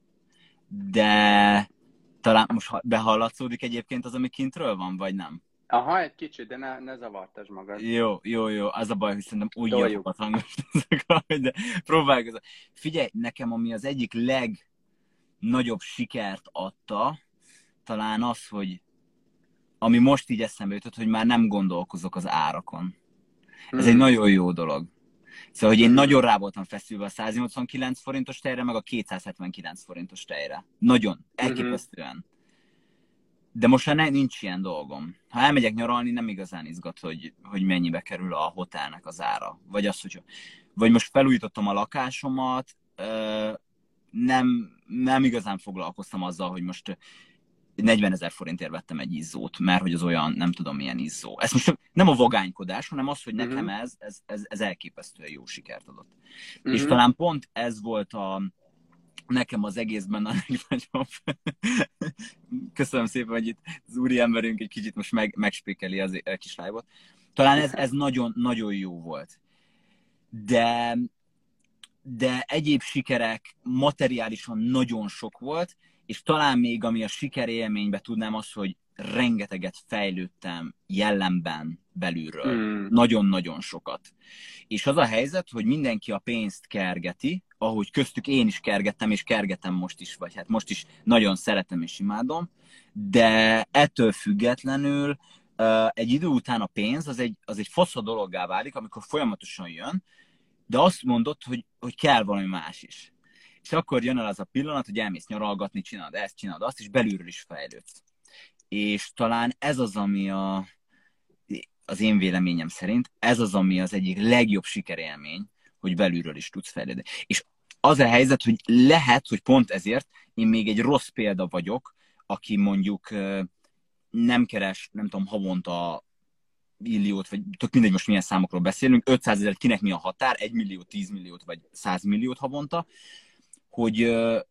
de talán most behallatszódik egyébként az, ami kintről van, vagy nem? Aha, egy kicsit, de ne, ne zavartasd magad. Jó, jó, jó. Az a baj, hogy szerintem úgy javakat hangosítozok, de próbálkozok. Figyelj, nekem ami az egyik legnagyobb sikert adta, talán az, hogy ami most így eszembe jutott, hogy már nem gondolkozok az árakon. Ez hmm. egy nagyon jó dolog. Szóval, hogy én nagyon rá voltam feszülve a száznyolcvankilenc forintos tejre, meg a kétszázhetvenkilenc forintos tejre. Nagyon, elképesztően. De most már nincs ilyen dolgom. Ha elmegyek nyaralni, nem igazán izgat, hogy, hogy mennyibe kerül a hotelnek az ára. Vagy az, hogy vagy most felújítottam a lakásomat, nem, nem igazán foglalkoztam azzal, hogy most negyvenezer forintért vettem egy izzót, mert hogy az olyan, nem tudom milyen izzó. Ez most nem a vagánykodás, hanem az, hogy nekem uh-huh. ez, ez, ez, ez elképesztően jó sikert adott. Uh-huh. És talán pont ez volt a nekem az egészben a legnagyobb. Köszönöm szépen, hogy itt az úri emberünk egy kicsit most meg, megspékeli az a kis live-ot. Talán ez, ez nagyon, nagyon jó volt. De, de egyéb sikerek materiálisan nagyon sok volt, és talán még ami a sikerélménybe tudnám az, hogy rengeteget fejlődtem jellemben belülről. Hmm. Nagyon-nagyon sokat. És az a helyzet, hogy mindenki a pénzt kergeti, ahogy köztük én is kergettem, és kergetem most is, vagy hát most is nagyon szeretem és imádom, de ettől függetlenül egy idő után a pénz az egy, az egy fasza dologgá válik, amikor folyamatosan jön, de azt mondod, hogy, hogy kell valami más is. És akkor jön el az a pillanat, hogy elmész nyaralgatni, csinálod ezt, csinálod azt, és belülről is fejlődsz. És talán ez az, ami a, az én véleményem szerint, ez az, ami az egyik legjobb sikerélmény, hogy belülről is tudsz fejlődni. És az a helyzet, hogy lehet, hogy pont ezért én még egy rossz példa vagyok, aki mondjuk nem keres, nem tudom, havonta milliót, vagy tök mindegy, most milyen számokról beszélünk, ötszázezer, kinek mi a határ, egy millió, tíz milliót, vagy száz milliót havonta, hogy uh,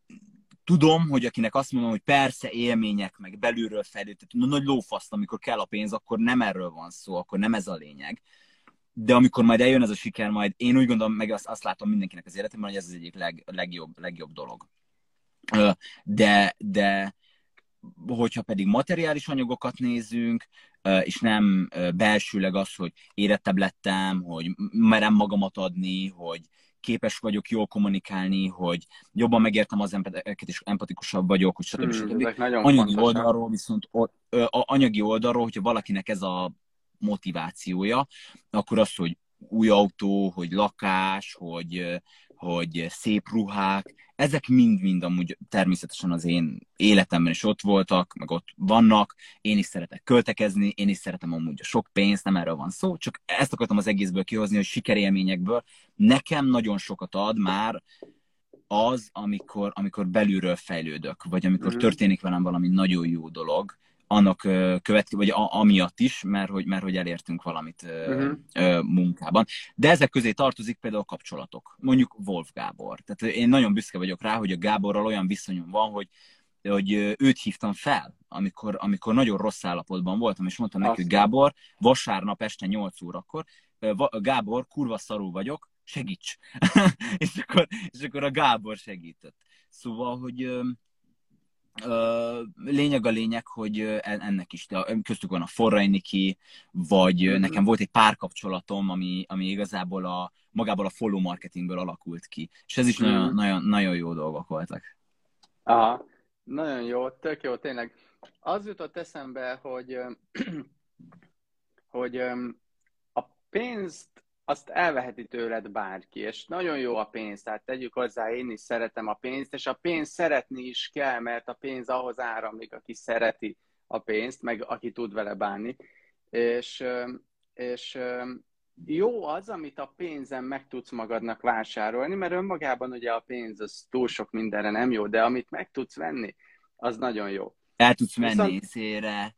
tudom, hogy akinek azt mondom, hogy persze élmények, meg belülről fejlődött, no, nagy lófaszt, amikor kell a pénz, akkor nem erről van szó, akkor nem ez a lényeg. De amikor majd eljön ez a siker, majd én úgy gondolom, meg azt, azt látom mindenkinek az életemben, hogy ez az egyik leg, legjobb, legjobb dolog. Uh, de, de hogyha pedig materiális anyagokat nézzünk, és nem belsőleg az, hogy érettebb lettem, hogy merem magamat adni, hogy képes vagyok jól kommunikálni, hogy jobban megértem az embereket, és empatikusabb vagyok, hogy stb. Hmm, stb. Anyagi oldalról viszont, a anyagi oldalról, hogyha valakinek ez a motivációja, akkor az, hogy új autó, hogy lakás, hogy, hogy szép ruhák, ezek mind-mind amúgy természetesen az én életemben is ott voltak, meg ott vannak, én is szeretek költekezni, én is szeretem amúgy a sok pénzt, nem erről van szó, csak ezt akartam az egészből kihozni, hogy sikerélményekből nekem nagyon sokat ad már az, amikor, amikor belülről fejlődök, vagy amikor Uh-huh. történik velem valami nagyon jó dolog, annak következő, vagy a, amiatt is, mert hogy, mert hogy elértünk valamit ö, Uh-huh. ö, munkában. De ezek közé tartozik például a kapcsolatok. Mondjuk Wolf Gábor. Tehát én nagyon büszke vagyok rá, hogy a Gáborral olyan viszonyom van, hogy, hogy őt hívtam fel, amikor, amikor nagyon rossz állapotban voltam, és mondtam neki, hogy Gábor, vasárnap este nyolc órakor, Gábor, kurva szarul vagyok, segíts! és, akkor, és akkor a Gábor segített. Szóval, hogy ö, ö, lényeg a lényeg, hogy ennek is, köztük van a Forrai Niki, vagy mm-hmm. nekem volt egy párkapcsolatom, ami, ami igazából a, magából a follow marketingből alakult ki. És ez is mm-hmm. nagyon, nagyon, nagyon jó dolgok voltak. Aha, nagyon jó, tök jó, tényleg. Az jutott eszembe, hogy, hogy a pénzt azt elveheti tőled bárki, és nagyon jó a pénz, tehát tegyük hozzá, én is szeretem a pénzt, és a pénzt szeretni is kell, mert a pénz ahhoz áramlik, aki szereti a pénzt, meg aki tud vele bánni. És, és jó az, amit a pénzen meg tudsz magadnak vásárolni, mert önmagában ugye a pénz az túl sok mindenre nem jó, de amit meg tudsz venni, az nagyon jó. El tudsz menni Viszont... szélre,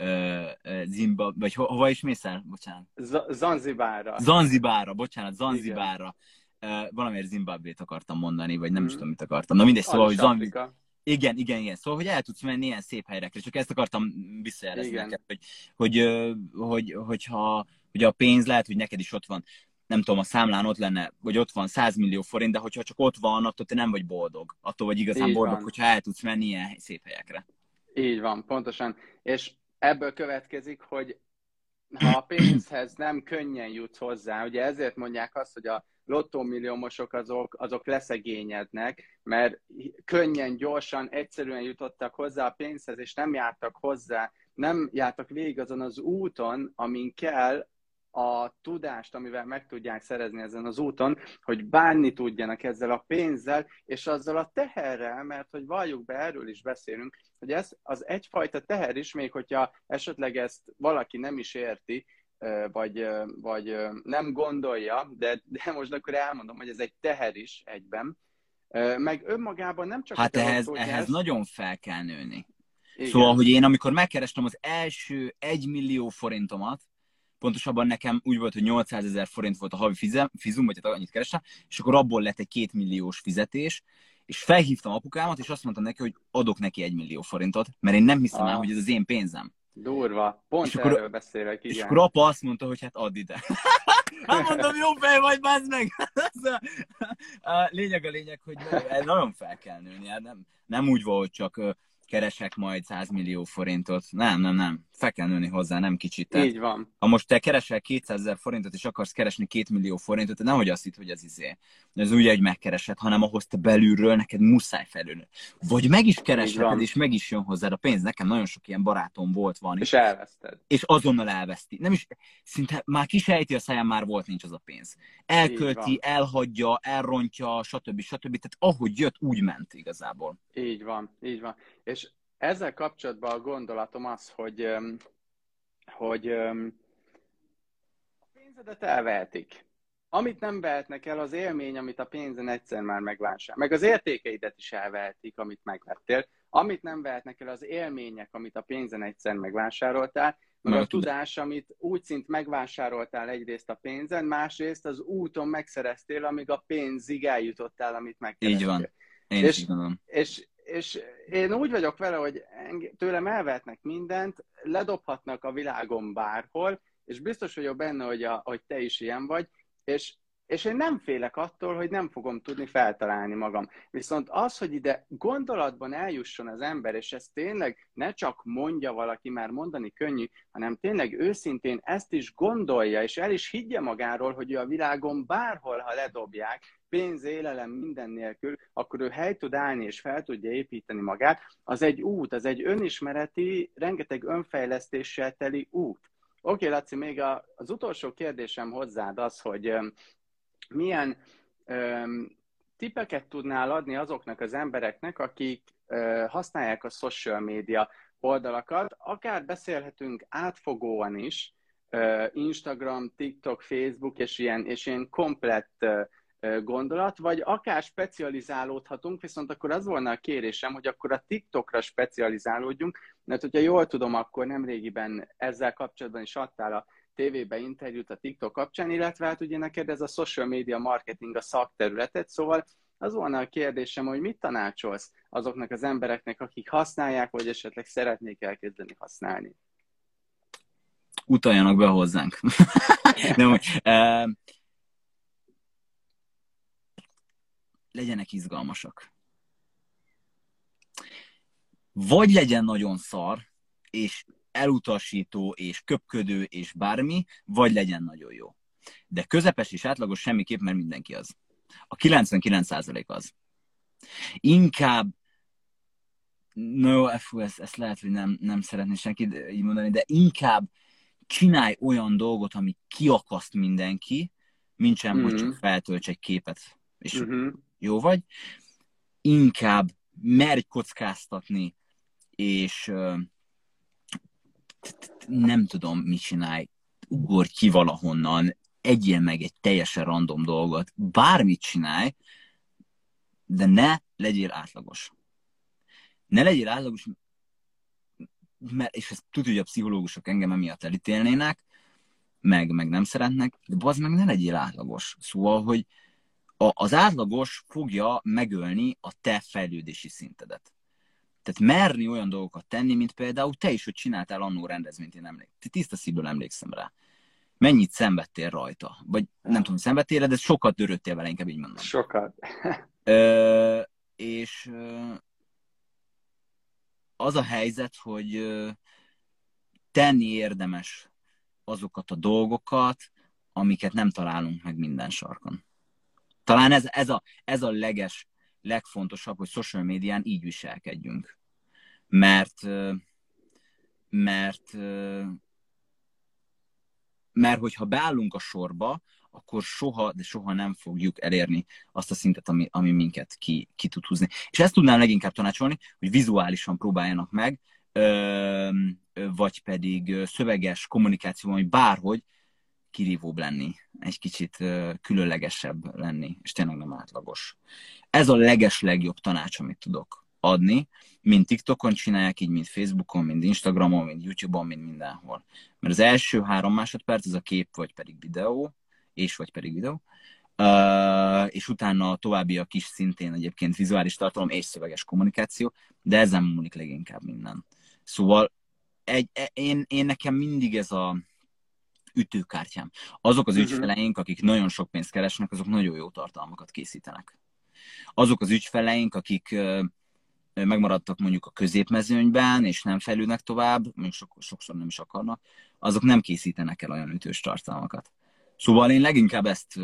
Zimbabwe, vagy ho- hova is mész el? Bocsánat. Z- Zanzibárra. Zanzibárra, bocsánat, Zanzibárra. Uh, valamiért Zimbabvét akartam mondani, vagy nem mm. is tudom, mit akartam. Na mindegy, szóval, hogy Zanzi... Igen, igen, igen. Szóval, hogy el tudsz menni ilyen szép helyekre. Csak ezt akartam visszajelezni neked, hogy, hogy, hogy, hogyha hogy a pénz lehet, hogy neked is ott van, nem tudom, a számlán ott lenne, vagy ott van száz millió forint, de hogyha csak ott van, attól te nem vagy boldog. Attól vagy igazán Így boldog, van. Hogyha el tudsz menni ilyen szép helyekre. Így van, pontosan. És ebből következik, hogy ha a pénzhez nem könnyen jutsz hozzá, ugye ezért mondják azt, hogy a lottómilliómosok azok, azok leszegényednek, mert könnyen, gyorsan, egyszerűen jutottak hozzá a pénzhez, és nem jártak hozzá, nem jártak végig azon az úton, amin kell a tudást, amivel meg tudják szerezni ezen az úton, hogy bánni tudjanak ezzel a pénzzel, és azzal a teherrel, mert hogy valljuk be, erről is beszélünk, hogy ez az egyfajta teher is, még hogyha esetleg ezt valaki nem is érti, vagy, vagy nem gondolja, de, de most akkor elmondom, hogy ez egy teher is egyben, meg önmagában nem csak... Hát ehhez, ehhez nagyon fel kell nőni. Igen. Szóval, hogy én amikor megkerestem az első egy millió forintomat, pontosabban nekem úgy volt, hogy nyolcszázezer forint volt a havi fizum, vagy hát annyit kerestem, és akkor abból lett egy kétmilliós fizetés, és felhívtam apukámat, és azt mondtam neki, hogy adok neki egy millió forintot, mert én nem hiszem ah. el, hogy ez az én pénzem. Durva. Pont és erről akkor, beszélek, igen. És akkor apa azt mondta, hogy hát add ide. Hát mondom, jó fej vagy, bázd meg! A lényeg a lényeg, hogy nagyon fel kell nőni. Nem, nem úgy volt, hogy csak keresek majd száz millió forintot. Nem, nem, nem. Fel kell nőni hozzá, nem kicsit. Tehát, így van. Ha most te keresel kétszázezer forintot, és akarsz keresni két millió forintot, te nehogy azt hidd, hogy ez izé. Ez úgy, hogy megkeresed, hanem ahhoz te belülről neked muszáj felülni. Vagy meg is keresheted, és meg is jön hozzád a pénz. Nekem nagyon sok ilyen barátom volt, van. És elveszted. És azonnal elveszti. Nem is, szinte már kisejti a száján, már volt, nincs az a pénz. Elkölti, elhagyja, elrontja, stb. stb. Tehát ahogy jött, úgy ment igazából. Így van, így van. És ezzel kapcsolatban a gondolatom az, hogy, hogy a pénzedet elvehetik. Amit nem vehetnek el, az élmény, amit a pénzen egyszer már megvásárol. Meg az értékeidet is elvehetik, amit megvettél. Amit nem vehetnek el, az élmények, amit a pénzen egyszer megvásároltál, meg a tudás, amit úgy szint megvásároltál egyrészt a pénzen, másrészt az úton megszereztél, amíg a pénzig eljutottál, amit megkerestél. Így van. Én és, is gondolom. És, és én úgy vagyok vele, hogy tőlem elvehetnek mindent, ledobhatnak a világon bárhol, és biztos vagyok benne, hogy, a, hogy te is ilyen vagy, és, és én nem félek attól, hogy nem fogom tudni feltalálni magam. Viszont az, hogy ide gondolatban eljusson az ember, és ezt tényleg ne csak mondja valaki, már mondani könnyű, hanem tényleg őszintén ezt is gondolja, és el is higgye magáról, hogy ő a világon bárhol, ha ledobják, pénz, élelem, minden nélkül, akkor ő hely tud állni és fel tudja építeni magát. Az egy út, az egy önismereti, rengeteg önfejlesztéssel teli út. Oké, okay, Laci, még a, az utolsó kérdésem hozzád az, hogy um, milyen um, tippeket tudnál adni azoknak az embereknek, akik uh, használják a social media oldalakat, akár beszélhetünk átfogóan is, uh, Instagram, TikTok, Facebook, és ilyen, és ilyen komplett uh, gondolat, vagy akár specializálódhatunk, viszont akkor az volna a kérésem, hogy akkor a TikTokra specializálódjunk, mert hogyha jól tudom, akkor nemrégiben ezzel kapcsolatban is adtál a tévébe interjút a TikTok kapcsán, illetve hát ugye neked ez a social media marketing a szakterületed, szóval az volna a kérdésem, hogy mit tanácsolsz azoknak az embereknek, akik használják, vagy esetleg szeretnék elkezdeni használni? Utaljanak be hozzánk. De, uh, legyenek izgalmasak. Vagy legyen nagyon szar, és elutasító, és köpködő, és bármi, vagy legyen nagyon jó. De közepes és átlagos semmiképp, mert mindenki az. A kilencvenkilenc százalék az. Inkább, no jó, ezt, ezt lehet, hogy nem, nem szeretné senki így mondani, de inkább csinálj olyan dolgot, ami kiakaszt mindenki, mint sem, mm-hmm. hogy csak feltölts egy képet, és mm-hmm. jó vagy. Inkább merj kockáztatni, és uh, nem tudom, mit csinálj, ugorj ki valahonnan, egyél meg egy teljesen random dolgot, bármit csinálj, de ne legyél átlagos. Ne legyél átlagos, mert, és ezt tudja, hogy a pszichológusok engem emiatt elítélnének, meg, meg nem szeretnek, de bazd meg, ne legyél átlagos. Szóval, hogy a, az átlagos fogja megölni a te fejlődési szintedet. Tehát merni olyan dolgokat tenni, mint például te is, hogy csináltál annó rendezvényt, én emlékszem. Tiszta szívből emlékszem rá. Mennyit szenvedtél rajta? Vagy nem tudom, hogy szenvedtél, de sokat döröttél vele, inkább így mondom. Sokat. Ö, és ö, az a helyzet, hogy ö, tenni érdemes azokat a dolgokat, amiket nem találunk meg minden sarkon. Talán ez, ez, a, ez a leges, legfontosabb, hogy social médián így viselkedjünk. Mert, mert, mert hogyha beállunk a sorba, akkor soha, de soha nem fogjuk elérni azt a szintet, ami, ami minket ki, ki tud húzni. És ezt tudnám leginkább tanácsolni, hogy vizuálisan próbáljanak meg, vagy pedig szöveges kommunikációban, hogy bárhogy kirívóbb lenni, egy kicsit különlegesebb lenni, és tényleg nem átlagos. Ez a leges legjobb tanács, amit tudok adni, mind TikTokon csinálják, így mind Facebookon, mind Instagramon, mind YouTube-on, mind mindenhol. Mert az első három másodperc az a kép, vagy pedig videó, és vagy pedig videó, uh, és utána a továbbiak is szintén egyébként vizuális tartalom és szöveges kommunikáció, de ezen múlik leginkább minden. Szóval egy, én, én nekem mindig ez a ütőkártyám. Azok az ügyfeleink, akik nagyon sok pénzt keresnek, azok nagyon jó tartalmakat készítenek. Azok az ügyfeleink, akik megmaradtak mondjuk a középmezőnyben, és nem fejlődnek tovább, mondjuk sok, sokszor nem is akarnak, azok nem készítenek el olyan ütős tartalmakat. Szóval én leginkább ezt,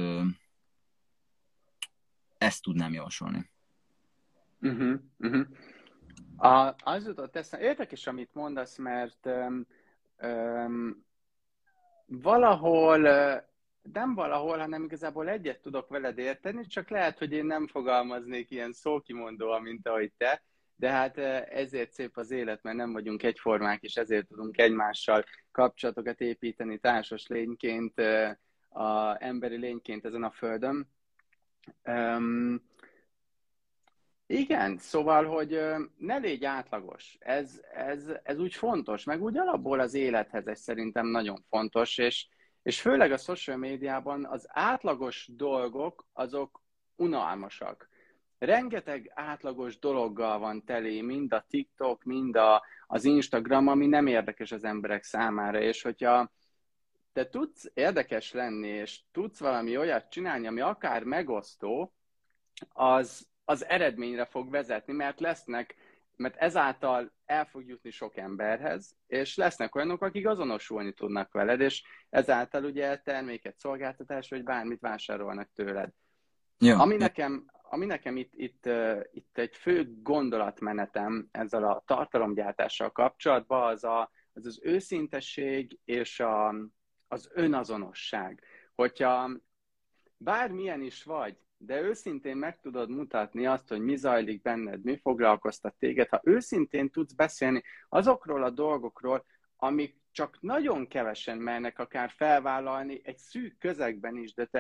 ezt tudnám javasolni. Uh-huh, uh-huh. A, az jutott eszembe, érdekes, amit mondasz, mert um, um, valahol, nem valahol, hanem igazából egyet tudok veled érteni, csak lehet, hogy én nem fogalmaznék ilyen szókimondóan, mint ahogy te, de hát ezért szép az élet, mert nem vagyunk egyformák, és ezért tudunk egymással kapcsolatokat építeni társas lényként, a emberi lényként ezen a földön. Um, igen, szóval, hogy ne légy átlagos. Ez, ez, ez úgy fontos, meg úgy alapból az élethez ez szerintem nagyon fontos, és, és főleg a social médiában az átlagos dolgok, azok unalmasak. Rengeteg átlagos dologgal van teli, mind a TikTok, mind a, az Instagram, ami nem érdekes az emberek számára, és hogyha te tudsz érdekes lenni, és tudsz valami olyat csinálni, ami akár megosztó, az az eredményre fog vezetni, mert lesznek, mert ezáltal el fog jutni sok emberhez, és lesznek olyanok, akik azonosulni tudnak veled, és ezáltal ugye terméket, szolgáltatás, vagy bármit vásárolnak tőled. Ja. Ami nekem, ami nekem itt, itt, itt egy fő gondolatmenetem ezzel a tartalomgyártással kapcsolatban, az a, az, az őszintesség és a, az önazonosság. Hogyha bármilyen is vagy, de őszintén meg tudod mutatni azt, hogy mi zajlik benned, mi foglalkoztat téged, ha őszintén tudsz beszélni azokról a dolgokról, amik csak nagyon kevesen mernek akár felvállalni egy szűk közegben is, de te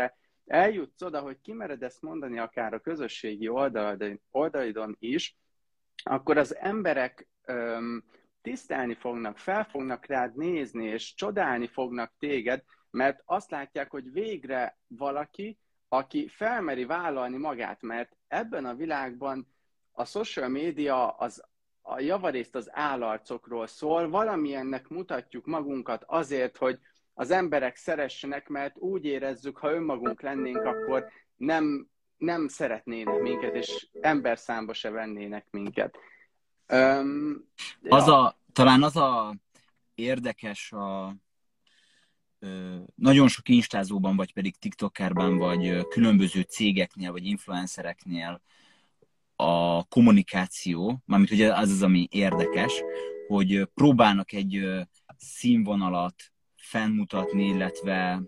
eljutsz oda, hogy kimered ezt mondani akár a közösségi oldalidon is, akkor az emberek öm, tisztelni fognak, fel fognak rád nézni, és csodálni fognak téged, mert azt látják, hogy végre valaki, aki felmeri vállalni magát, mert ebben a világban a social media az a javarészt az állarcokról szól, valamilyennek mutatjuk magunkat azért, hogy az emberek szeressenek, mert úgy érezzük, ha önmagunk lennénk, akkor nem, nem szeretnének minket, és emberszámba se vennének minket. Um, ja. az a, talán az a érdekes a ö, nagyon sok instázóban, vagy pedig tiktokkerben, vagy ö, különböző cégeknél, vagy influencereknél a kommunikáció, mármint ugye az az, ami érdekes, hogy próbálnak egy ö, színvonalat fennmutatni, illetve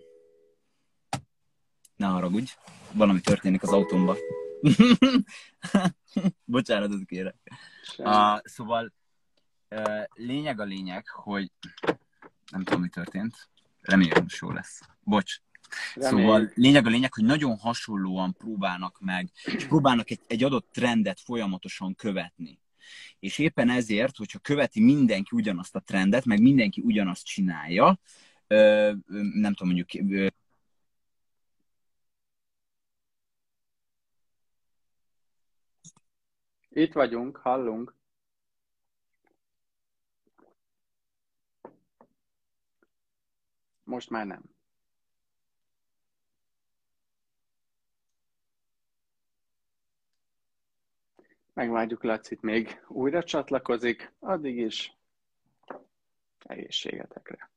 ne haragudj, valami történik az autómba. Bocsánatot kérek. Uh, szóval uh, lényeg a lényeg, hogy nem tudom, mi történt. Remélem, most jó lesz. Bocs. Remény. Szóval lényeg a lényeg, hogy nagyon hasonlóan próbálnak meg, és próbálnak egy, egy adott trendet folyamatosan követni. És éppen ezért, hogyha követi mindenki ugyanazt a trendet, meg mindenki ugyanazt csinálja, ö, nem tudom, mondjuk... Ö, Itt vagyunk, hallunk. Most már nem. Megvárjuk Lacit, még újra csatlakozik, addig is egészségetekre.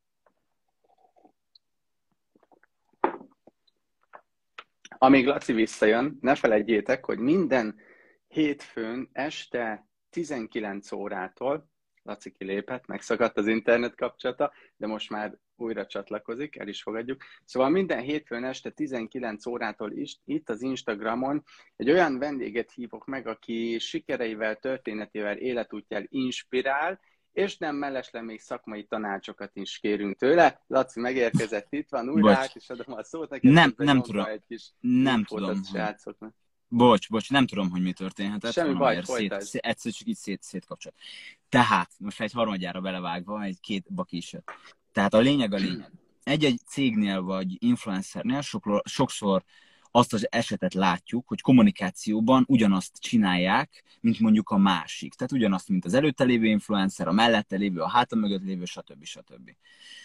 Amíg Laci visszajön, ne felejtjétek, hogy minden hétfőn este tizenkilenc órától, Laci kilépett, megszakadt az internet kapcsolata, de most már újra csatlakozik, el is fogadjuk. Szóval minden hétfőn este tizenkilenc órától is itt az Instagramon egy olyan vendéget hívok meg, aki sikereivel, történetével, életútjával inspirál, és nem mellesleg még szakmai tanácsokat is kérünk tőle. Laci megérkezett, itt van, újra Bocs. át is adom a szót neked. Nem, nem tudom, egy kis nem tudom. Hogy... Bocs, bocs, nem tudom, hogy mi történhetett. Semmi baj, folytasd. Szét, egyszer csak így szét, szétkapcsolt. Tehát, most egy harmadjára belevágva, egy két baki is jött. Tehát a lényeg a lényeg. Egy-egy cégnél vagy influencernél sokszor, sokszor azt az esetet látjuk, hogy kommunikációban ugyanazt csinálják, mint mondjuk a másik. Tehát ugyanazt, mint az előtte lévő influencer, a mellette lévő, a háta mögött lévő, stb. stb.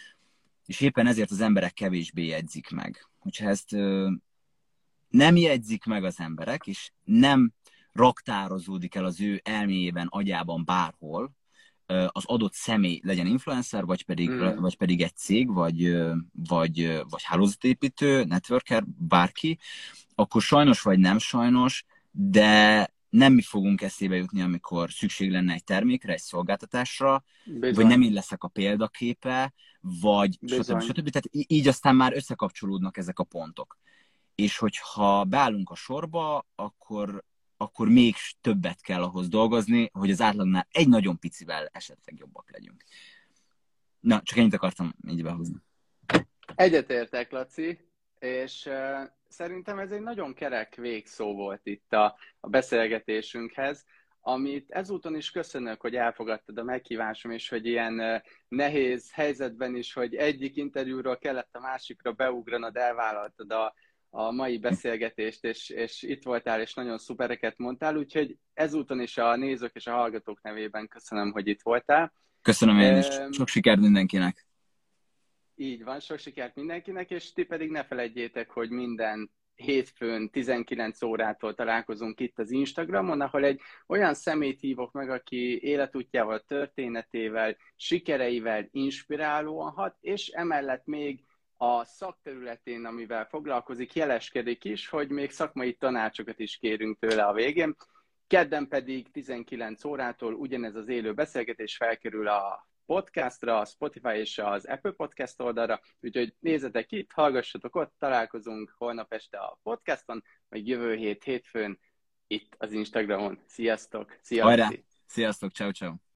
És éppen ezért az emberek kevésbé jegyzik meg. Hogyha ezt ö, nem jegyzik meg az emberek, és nem raktározódik el az ő elméjében, agyában bárhol, az adott személy legyen influencer, vagy pedig, mm. vagy pedig egy cég, vagy, vagy, vagy hálózatépítő, networker, bárki, akkor sajnos vagy nem sajnos, de nem mi fogunk eszébe jutni, amikor szükség lenne egy termékre, egy szolgáltatásra, Bizony. Vagy nem én leszek a példaképe, vagy stb. stb. Tehát így aztán már összekapcsolódnak ezek a pontok. És hogyha beállunk a sorba, akkor akkor még többet kell ahhoz dolgozni, hogy az átlagnál egy nagyon picivel esetleg jobbak legyünk. Na, csak ennyit akartam így behozni. Egyetértek, Laci, és uh, szerintem ez egy nagyon kerek végszó volt itt a, a beszélgetésünkhez, amit ezúton is köszönök, hogy elfogadtad a meghívásom, és hogy ilyen uh, nehéz helyzetben is, hogy egyik interjúról kellett a másikra beugranod, elvállaltad a a mai beszélgetést, és, és itt voltál, és nagyon szupereket mondtál, úgyhogy ezúton is a nézők és a hallgatók nevében köszönöm, hogy itt voltál. Köszönöm én is. Sok sikert mindenkinek. Így van, sok sikert mindenkinek, és ti pedig ne felejtjétek, hogy minden hétfőn tizenkilenc órától találkozunk itt az Instagramon, ahol egy olyan személyt hívok meg, aki életútjával, történetével, sikereivel inspirálóan hat, és emellett még a szakterületén, amivel foglalkozik, jeleskedik is, hogy még szakmai tanácsokat is kérünk tőle a végén. Kedden pedig tizenkilenc órától ugyanez az élő beszélgetés felkerül a podcastra, a Spotify és az Apple Podcast oldalra, úgyhogy nézzetek itt, hallgassatok ott, találkozunk holnap este a podcaston, meg jövő hét hétfőn itt az Instagramon. Sziasztok! Sziasztok! Sziasztok, ciao, ciao.